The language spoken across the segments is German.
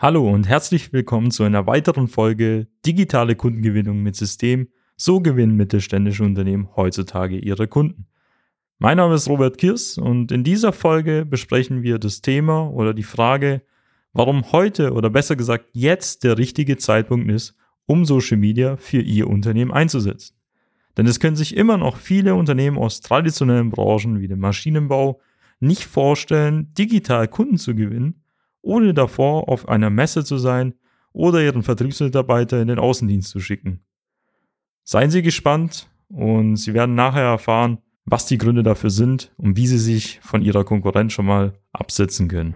Hallo und herzlich willkommen zu einer weiteren Folge Digitale Kundengewinnung mit System. So gewinnen mittelständische Unternehmen heutzutage ihre Kunden. Mein Name ist Robert Kirs und in dieser Folge besprechen wir das Thema oder die Frage, warum heute oder besser gesagt jetzt der richtige Zeitpunkt ist, um Social Media für Ihr Unternehmen einzusetzen. Denn es können sich immer noch viele Unternehmen aus traditionellen Branchen wie dem Maschinenbau nicht vorstellen, digital Kunden zu gewinnen, ohne davor auf einer Messe zu sein oder ihren Vertriebsmitarbeiter in den Außendienst zu schicken. Seien Sie gespannt und Sie werden nachher erfahren, was die Gründe dafür sind und wie Sie sich von Ihrer Konkurrenz schon mal absetzen können.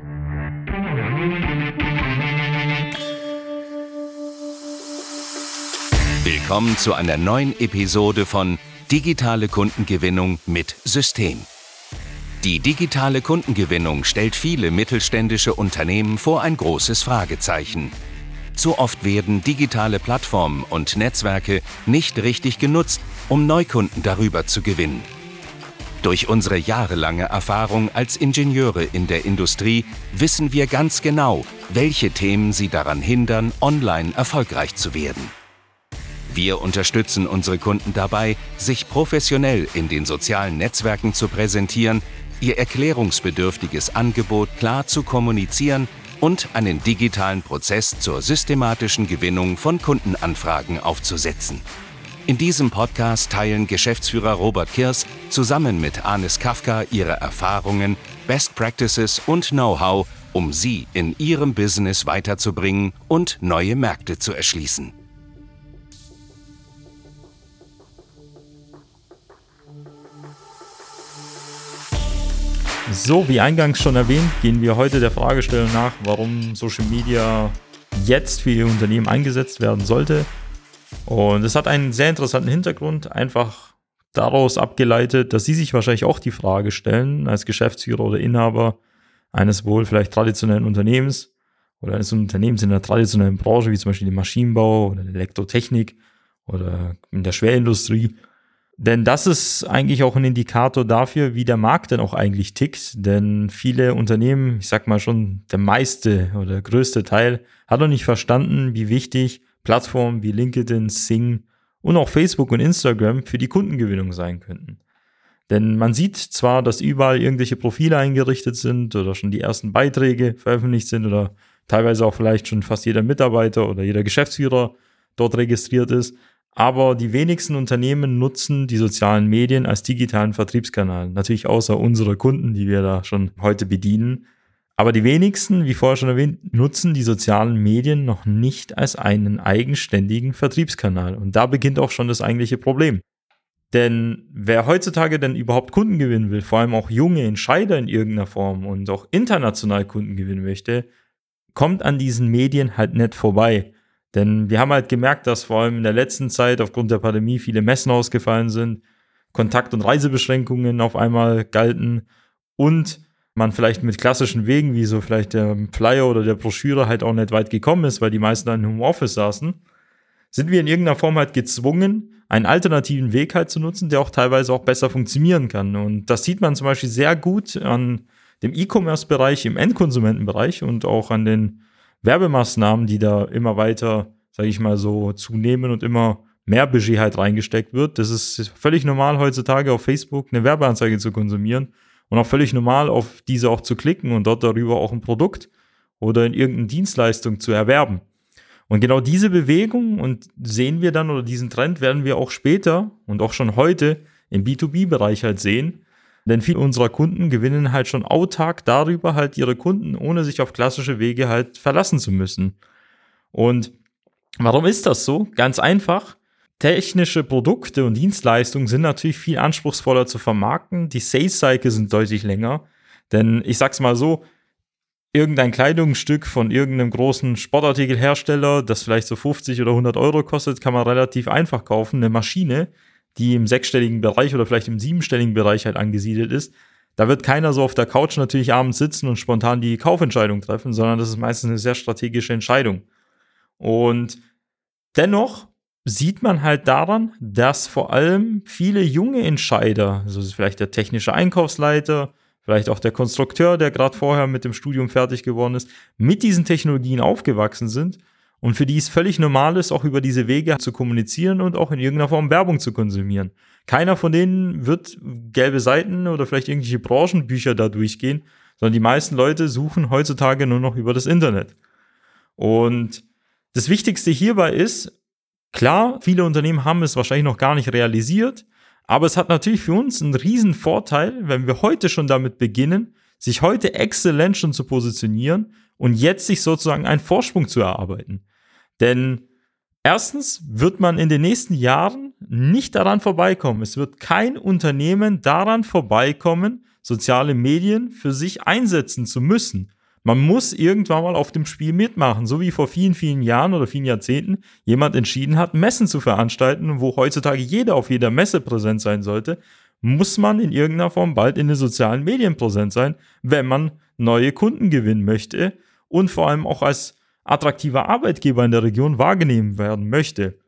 Willkommen zu einer neuen Episode von Digitale Kundengewinnung mit System. Die digitale Kundengewinnung stellt viele mittelständische Unternehmen vor ein großes Fragezeichen. Zu oft werden digitale Plattformen und Netzwerke nicht richtig genutzt, um Neukunden darüber zu gewinnen. Durch unsere jahrelange Erfahrung als Ingenieure in der Industrie wissen wir ganz genau, welche Themen sie daran hindern, online erfolgreich zu werden. Wir unterstützen unsere Kunden dabei, sich professionell in den sozialen Netzwerken zu präsentieren, ihr erklärungsbedürftiges Angebot klar zu kommunizieren und einen digitalen Prozess zur systematischen Gewinnung von Kundenanfragen aufzusetzen. In diesem Podcast teilen Geschäftsführer Robert Kirs zusammen mit Anis Kafka ihre Erfahrungen, Best Practices und Know-how, um Sie in Ihrem Business weiterzubringen und neue Märkte zu erschließen. So, wie eingangs schon erwähnt, gehen wir heute der Fragestellung nach, warum Social Media jetzt für Ihr Unternehmen eingesetzt werden sollte. Und es hat einen sehr interessanten Hintergrund, einfach daraus abgeleitet, dass Sie sich wahrscheinlich auch die Frage stellen, als Geschäftsführer oder Inhaber eines wohl vielleicht traditionellen Unternehmens oder eines Unternehmens in der traditionellen Branche, wie zum Beispiel dem Maschinenbau oder der Elektrotechnik oder in der Schwerindustrie. Denn das ist eigentlich auch ein Indikator dafür, wie der Markt denn auch eigentlich tickt. Denn viele Unternehmen, ich sag mal schon, der meiste oder der größte Teil, hat noch nicht verstanden, wie wichtig Plattformen wie LinkedIn, Xing und auch Facebook und Instagram für die Kundengewinnung sein könnten. Denn man sieht zwar, dass überall irgendwelche Profile eingerichtet sind oder schon die ersten Beiträge veröffentlicht sind oder teilweise auch vielleicht schon fast jeder Mitarbeiter oder jeder Geschäftsführer dort registriert ist, aber die wenigsten Unternehmen nutzen die sozialen Medien als digitalen Vertriebskanal. Natürlich außer unsere Kunden, die wir da schon heute bedienen. Aber die wenigsten, wie vorher schon erwähnt, nutzen die sozialen Medien noch nicht als einen eigenständigen Vertriebskanal. Und da beginnt auch schon das eigentliche Problem. Denn wer heutzutage denn überhaupt Kunden gewinnen will, vor allem auch junge Entscheider in irgendeiner Form und auch international Kunden gewinnen möchte, kommt an diesen Medien halt nicht vorbei. Denn wir haben halt gemerkt, dass vor allem in der letzten Zeit aufgrund der Pandemie viele Messen ausgefallen sind, Kontakt- und Reisebeschränkungen auf einmal galten und man vielleicht mit klassischen Wegen, wie so vielleicht der Flyer oder der Broschüre halt auch nicht weit gekommen ist, weil die meisten dann im Homeoffice saßen, sind wir in irgendeiner Form halt gezwungen, einen alternativen Weg halt zu nutzen, der auch teilweise auch besser funktionieren kann. Und das sieht man zum Beispiel sehr gut an dem E-Commerce-Bereich, im Endkonsumentenbereich und auch an den Werbemaßnahmen, die da immer weiter, sage ich mal so, zunehmen und immer mehr Budget halt reingesteckt wird. Das ist völlig normal heutzutage auf Facebook eine Werbeanzeige zu konsumieren und auch völlig normal auf diese auch zu klicken und dort darüber auch ein Produkt oder in irgendeine Dienstleistung zu erwerben. Und genau diese Bewegung und sehen wir dann oder diesen Trend werden wir auch später und auch schon heute im B2B-Bereich halt sehen. Denn viele unserer Kunden gewinnen halt schon autark darüber halt ihre Kunden, ohne sich auf klassische Wege halt verlassen zu müssen. Und warum ist das so? Ganz einfach. Technische Produkte und Dienstleistungen sind natürlich viel anspruchsvoller zu vermarkten. Die Sales Cycle sind deutlich länger. Denn ich sag's mal so, irgendein Kleidungsstück von irgendeinem großen Sportartikelhersteller, das vielleicht so 50 oder 100 Euro kostet, kann man relativ einfach kaufen. Eine Maschine, die im sechsstelligen Bereich oder vielleicht im siebenstelligen Bereich halt angesiedelt ist, da wird keiner so auf der Couch natürlich abends sitzen und spontan die Kaufentscheidung treffen, sondern das ist meistens eine sehr strategische Entscheidung. Und dennoch sieht man halt daran, dass vor allem viele junge Entscheider, also vielleicht der technische Einkaufsleiter, vielleicht auch der Konstrukteur, der gerade vorher mit dem Studium fertig geworden ist, mit diesen Technologien aufgewachsen sind und für die es völlig normal ist, auch über diese Wege zu kommunizieren und auch in irgendeiner Form Werbung zu konsumieren. Keiner von denen wird gelbe Seiten oder vielleicht irgendwelche Branchenbücher da durchgehen, sondern die meisten Leute suchen heutzutage nur noch über das Internet. Und das Wichtigste hierbei ist, klar, viele Unternehmen haben es wahrscheinlich noch gar nicht realisiert, aber es hat natürlich für uns einen riesen Vorteil, wenn wir heute schon damit beginnen, sich heute exzellent schon zu positionieren und jetzt sich sozusagen einen Vorsprung zu erarbeiten. Denn erstens wird man in den nächsten Jahren nicht daran vorbeikommen. Es wird kein Unternehmen daran vorbeikommen, soziale Medien für sich einsetzen zu müssen. Man muss irgendwann mal auf dem Spiel mitmachen, so wie vor vielen, vielen Jahren oder vielen Jahrzehnten jemand entschieden hat, Messen zu veranstalten, wo heutzutage jeder auf jeder Messe präsent sein sollte, muss man in irgendeiner Form bald in den sozialen Medien präsent sein, wenn man neue Kunden gewinnen möchte und vor allem auch als attraktiver Arbeitgeber in der Region wahrgenommen werden möchte.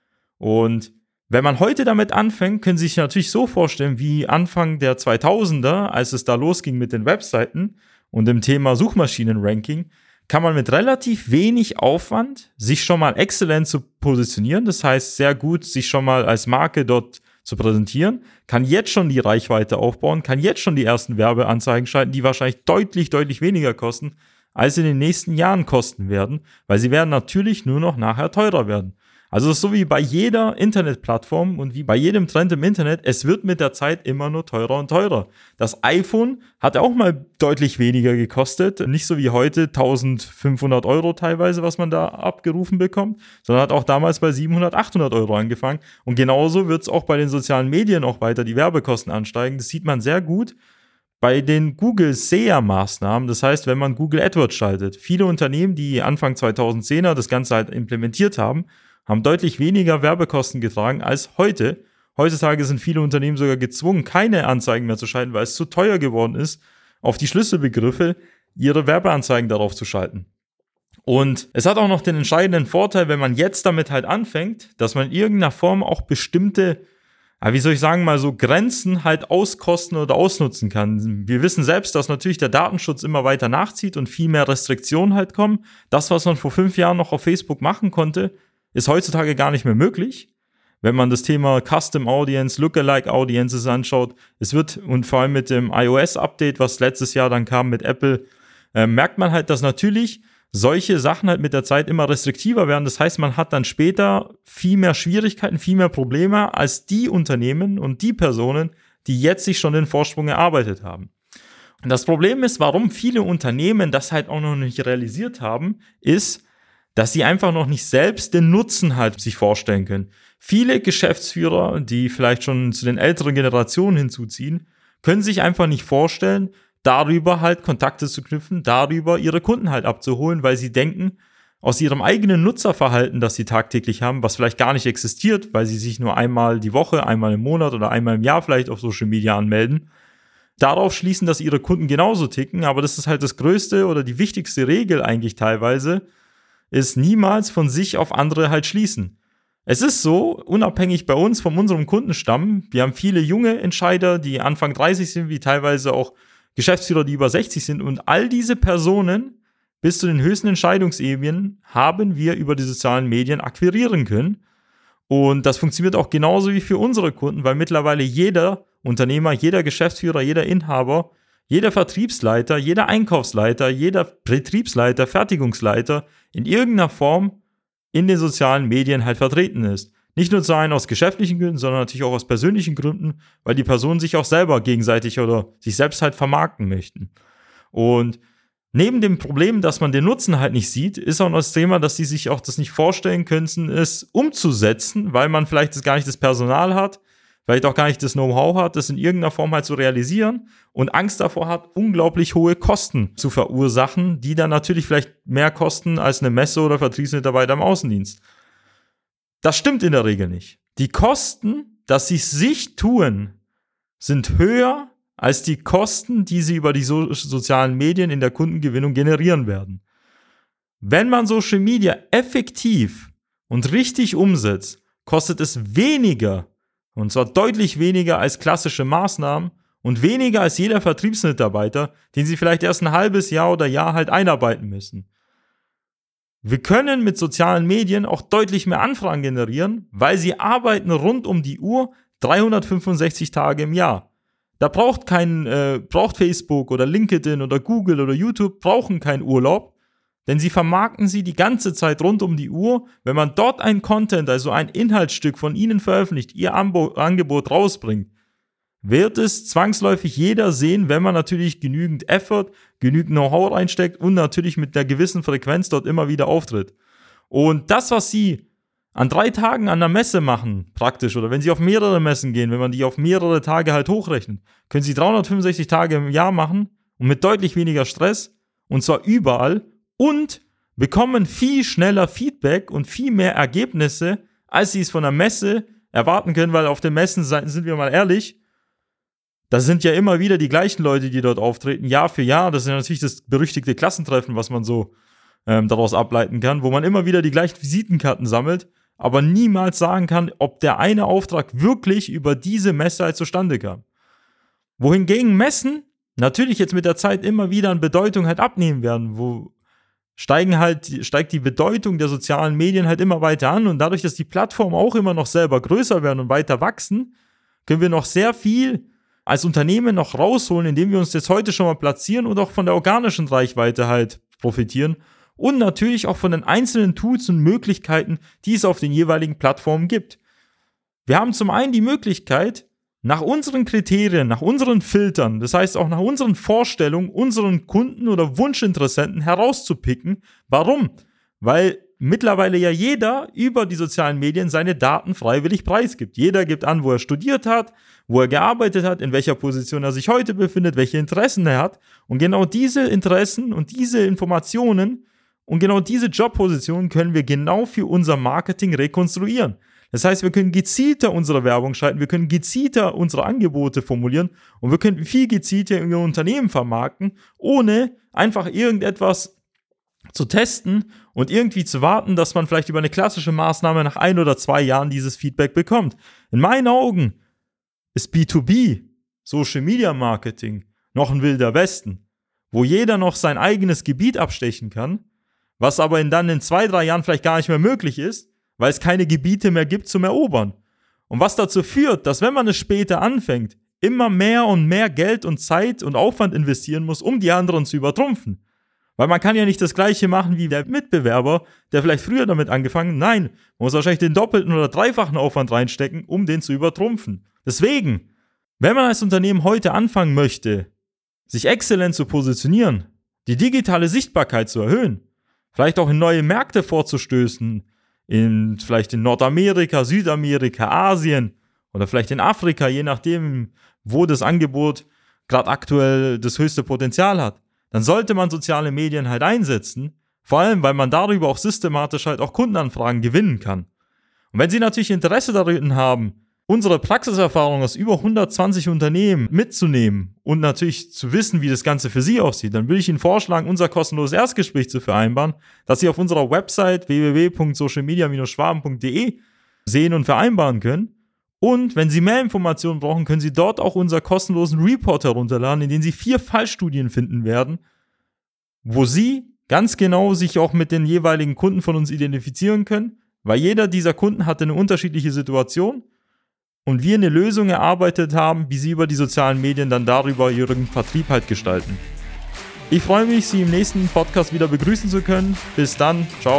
Und wenn man heute damit anfängt, können Sie sich natürlich so vorstellen, wie Anfang der 2000er, als es da losging mit den Webseiten und dem Thema Suchmaschinenranking, kann man mit relativ wenig Aufwand sich schon mal exzellent zu positionieren. Das heißt, sehr gut sich schon mal als Marke dort zu präsentieren, kann jetzt schon die Reichweite aufbauen, kann jetzt schon die ersten Werbeanzeigen schalten, die wahrscheinlich deutlich, deutlich weniger kosten, als in den nächsten Jahren kosten werden, weil sie werden natürlich nur noch nachher teurer werden. Also es ist so wie bei jeder Internetplattform und wie bei jedem Trend im Internet, es wird mit der Zeit immer nur teurer und teurer. Das iPhone hat auch mal deutlich weniger gekostet, nicht so wie heute 1500 Euro teilweise, was man da abgerufen bekommt, sondern hat auch damals bei 700, 800 Euro angefangen. Und genauso wird es auch bei den sozialen Medien auch weiter die Werbekosten ansteigen. Das sieht man sehr gut bei den Google SEA-Maßnahmen, das heißt, wenn man Google AdWords schaltet. Viele Unternehmen, die Anfang 2010er das Ganze halt implementiert haben deutlich weniger Werbekosten getragen als heute. Heutzutage sind viele Unternehmen sogar gezwungen, keine Anzeigen mehr zu schalten, weil es zu teuer geworden ist, auf die Schlüsselbegriffe ihre Werbeanzeigen darauf zu schalten. Und es hat auch noch den entscheidenden Vorteil, wenn man jetzt damit halt anfängt, dass man in irgendeiner Form auch bestimmte, wie soll ich sagen, mal so Grenzen halt auskosten oder ausnutzen kann. Wir wissen selbst, dass natürlich der Datenschutz immer weiter nachzieht und viel mehr Restriktionen halt kommen. Das, was man vor 5 Jahren noch auf Facebook machen konnte, ist heutzutage gar nicht mehr möglich. Wenn man das Thema Custom Audience, Lookalike Audiences anschaut, es wird, und vor allem mit dem iOS-Update, was letztes Jahr dann kam mit Apple, merkt man halt, dass natürlich solche Sachen halt mit der Zeit immer restriktiver werden. Das heißt, man hat dann später viel mehr Schwierigkeiten, viel mehr Probleme als die Unternehmen und die Personen, die jetzt sich schon den Vorsprung erarbeitet haben. Und das Problem ist, warum viele Unternehmen das halt auch noch nicht realisiert haben, ist, dass sie einfach noch nicht selbst den Nutzen halt sich vorstellen können. Viele Geschäftsführer, die vielleicht schon zu den älteren Generationen hinzuziehen, können sich einfach nicht vorstellen, darüber halt Kontakte zu knüpfen, darüber ihre Kunden halt abzuholen, weil sie denken, aus ihrem eigenen Nutzerverhalten, das sie tagtäglich haben, was vielleicht gar nicht existiert, weil sie sich nur einmal die Woche, einmal im Monat oder einmal im Jahr vielleicht auf Social Media anmelden, darauf schließen, dass ihre Kunden genauso ticken, aber das ist halt das größte oder die wichtigste Regel eigentlich teilweise, ist niemals von sich auf andere halt schließen. Es ist so, unabhängig bei uns von unserem Kundenstamm, wir haben viele junge Entscheider, die Anfang 30 sind, wie teilweise auch Geschäftsführer, die über 60 sind, und all diese Personen bis zu den höchsten Entscheidungsebenen haben wir über die sozialen Medien akquirieren können. Und das funktioniert auch genauso wie für unsere Kunden, weil mittlerweile jeder Unternehmer, jeder Geschäftsführer, jeder Inhaber, jeder Vertriebsleiter, jeder Einkaufsleiter, jeder Betriebsleiter, Fertigungsleiter in irgendeiner Form in den sozialen Medien halt vertreten ist. Nicht nur sein aus geschäftlichen Gründen, sondern natürlich auch aus persönlichen Gründen, weil die Personen sich auch selber gegenseitig oder sich selbst halt vermarkten möchten. Und neben dem Problem, dass man den Nutzen halt nicht sieht, ist auch noch das Thema, dass sie sich auch das nicht vorstellen könnten, es umzusetzen, weil man vielleicht gar nicht das Personal hat, vielleicht auch gar nicht das Know-how hat, das in irgendeiner Form halt zu realisieren und Angst davor hat, unglaublich hohe Kosten zu verursachen, die dann natürlich vielleicht mehr kosten als eine Messe oder Vertriebsmitarbeiter im Außendienst. Das stimmt in der Regel nicht. Die Kosten, dass sie es sich tun, sind höher als die Kosten, die sie über die sozialen Medien in der Kundengewinnung generieren werden. Wenn man Social Media effektiv und richtig umsetzt, kostet es weniger, und zwar deutlich weniger als klassische Maßnahmen, und weniger als jeder Vertriebsmitarbeiter, den Sie vielleicht erst ein halbes Jahr oder Jahr halt einarbeiten müssen. Wir können mit sozialen Medien auch deutlich mehr Anfragen generieren, weil sie arbeiten rund um die Uhr 365 Tage im Jahr. Da braucht Facebook oder LinkedIn oder Google oder YouTube brauchen keinen Urlaub, denn sie vermarkten sie die ganze Zeit rund um die Uhr. Wenn man dort ein Content, also ein Inhaltsstück von ihnen veröffentlicht, ihr Angebot rausbringt, wird es zwangsläufig jeder sehen, wenn man natürlich genügend Effort, genügend Know-how reinsteckt und natürlich mit einer gewissen Frequenz dort immer wieder auftritt. Und das, was Sie an 3 Tagen an der Messe machen, praktisch, oder wenn Sie auf mehrere Messen gehen, wenn man die auf mehrere Tage halt hochrechnet, können Sie 365 Tage im Jahr machen und mit deutlich weniger Stress, und zwar überall, und bekommen viel schneller Feedback und viel mehr Ergebnisse, als Sie es von der Messe erwarten können, weil auf den Messen, sind wir mal ehrlich, da sind ja immer wieder die gleichen Leute, die dort auftreten, Jahr für Jahr. Das ist ja natürlich das berüchtigte Klassentreffen, was man so daraus ableiten kann, wo man immer wieder die gleichen Visitenkarten sammelt, aber niemals sagen kann, ob der eine Auftrag wirklich über diese Messe halt zustande kam. Wohingegen Messen natürlich jetzt mit der Zeit immer wieder an Bedeutung halt abnehmen werden, wo steigt die Bedeutung der sozialen Medien halt immer weiter an, und dadurch, dass die Plattformen auch immer noch selber größer werden und weiter wachsen, können wir noch sehr viel als Unternehmen noch rausholen, indem wir uns jetzt heute schon mal platzieren und auch von der organischen Reichweite halt profitieren und natürlich auch von den einzelnen Tools und Möglichkeiten, die es auf den jeweiligen Plattformen gibt. Wir haben zum einen die Möglichkeit, nach unseren Kriterien, nach unseren Filtern, das heißt auch nach unseren Vorstellungen, unseren Kunden oder Wunschinteressenten herauszupicken. Warum? Weil mittlerweile ja jeder über die sozialen Medien seine Daten freiwillig preisgibt. Jeder gibt an, wo er studiert hat, wo er gearbeitet hat, in welcher Position er sich heute befindet, welche Interessen er hat. Und genau diese Interessen und diese Informationen und genau diese Jobpositionen können wir genau für unser Marketing rekonstruieren. Das heißt, wir können gezielter unsere Werbung schalten, wir können gezielter unsere Angebote formulieren und wir können viel gezielter in Unternehmen vermarkten, ohne einfach irgendetwas zu testen und irgendwie zu warten, dass man vielleicht über eine klassische Maßnahme nach 1 oder 2 Jahren dieses Feedback bekommt. In meinen Augen ist B2B, Social Media Marketing, noch ein wilder Westen, wo jeder noch sein eigenes Gebiet abstechen kann, was aber dann in 2-3 Jahren vielleicht gar nicht mehr möglich ist, weil es keine Gebiete mehr gibt zum Erobern. Und was dazu führt, dass wenn man es später anfängt, immer mehr und mehr Geld und Zeit und Aufwand investieren muss, um die anderen zu übertrumpfen. Weil man kann ja nicht das Gleiche machen wie der Mitbewerber, der vielleicht früher damit angefangen hat. Nein, man muss wahrscheinlich den doppelten oder dreifachen Aufwand reinstecken, um den zu übertrumpfen. Deswegen, wenn man als Unternehmen heute anfangen möchte, sich exzellent zu positionieren, die digitale Sichtbarkeit zu erhöhen, vielleicht auch in neue Märkte vorzustößen, vielleicht in Nordamerika, Südamerika, Asien oder vielleicht in Afrika, je nachdem, wo das Angebot gerade aktuell das höchste Potenzial hat, dann sollte man soziale Medien halt einsetzen, vor allem, weil man darüber auch systematisch halt auch Kundenanfragen gewinnen kann. Und wenn Sie natürlich Interesse darin haben, unsere Praxiserfahrung aus über 120 Unternehmen mitzunehmen und natürlich zu wissen, wie das Ganze für Sie aussieht, dann würde ich Ihnen vorschlagen, unser kostenloses Erstgespräch zu vereinbaren, das Sie auf unserer Website www.socialmedia-schwaben.de sehen und vereinbaren können. Und wenn Sie mehr Informationen brauchen, können Sie dort auch unser kostenlosen Report herunterladen, in dem Sie 4 Fallstudien finden werden, wo Sie ganz genau sich auch mit den jeweiligen Kunden von uns identifizieren können, weil jeder dieser Kunden hatte eine unterschiedliche Situation und wir eine Lösung erarbeitet haben, wie Sie über die sozialen Medien dann darüber Ihren Vertrieb halt gestalten. Ich freue mich, Sie im nächsten Podcast wieder begrüßen zu können. Bis dann, ciao.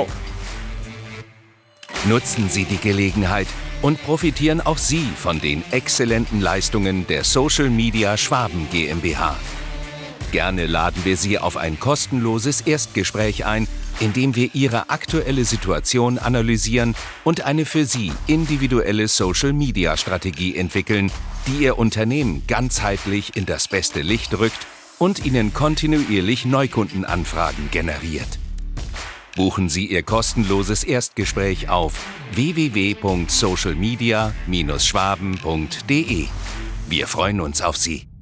Nutzen Sie die Gelegenheit und profitieren auch Sie von den exzellenten Leistungen der Social Media Schwaben GmbH. Gerne laden wir Sie auf ein kostenloses Erstgespräch ein, in dem wir Ihre aktuelle Situation analysieren und eine für Sie individuelle Social-Media-Strategie entwickeln, die Ihr Unternehmen ganzheitlich in das beste Licht rückt und Ihnen kontinuierlich Neukundenanfragen generiert. Buchen Sie Ihr kostenloses Erstgespräch auf www.socialmedia-schwaben.de. Wir freuen uns auf Sie.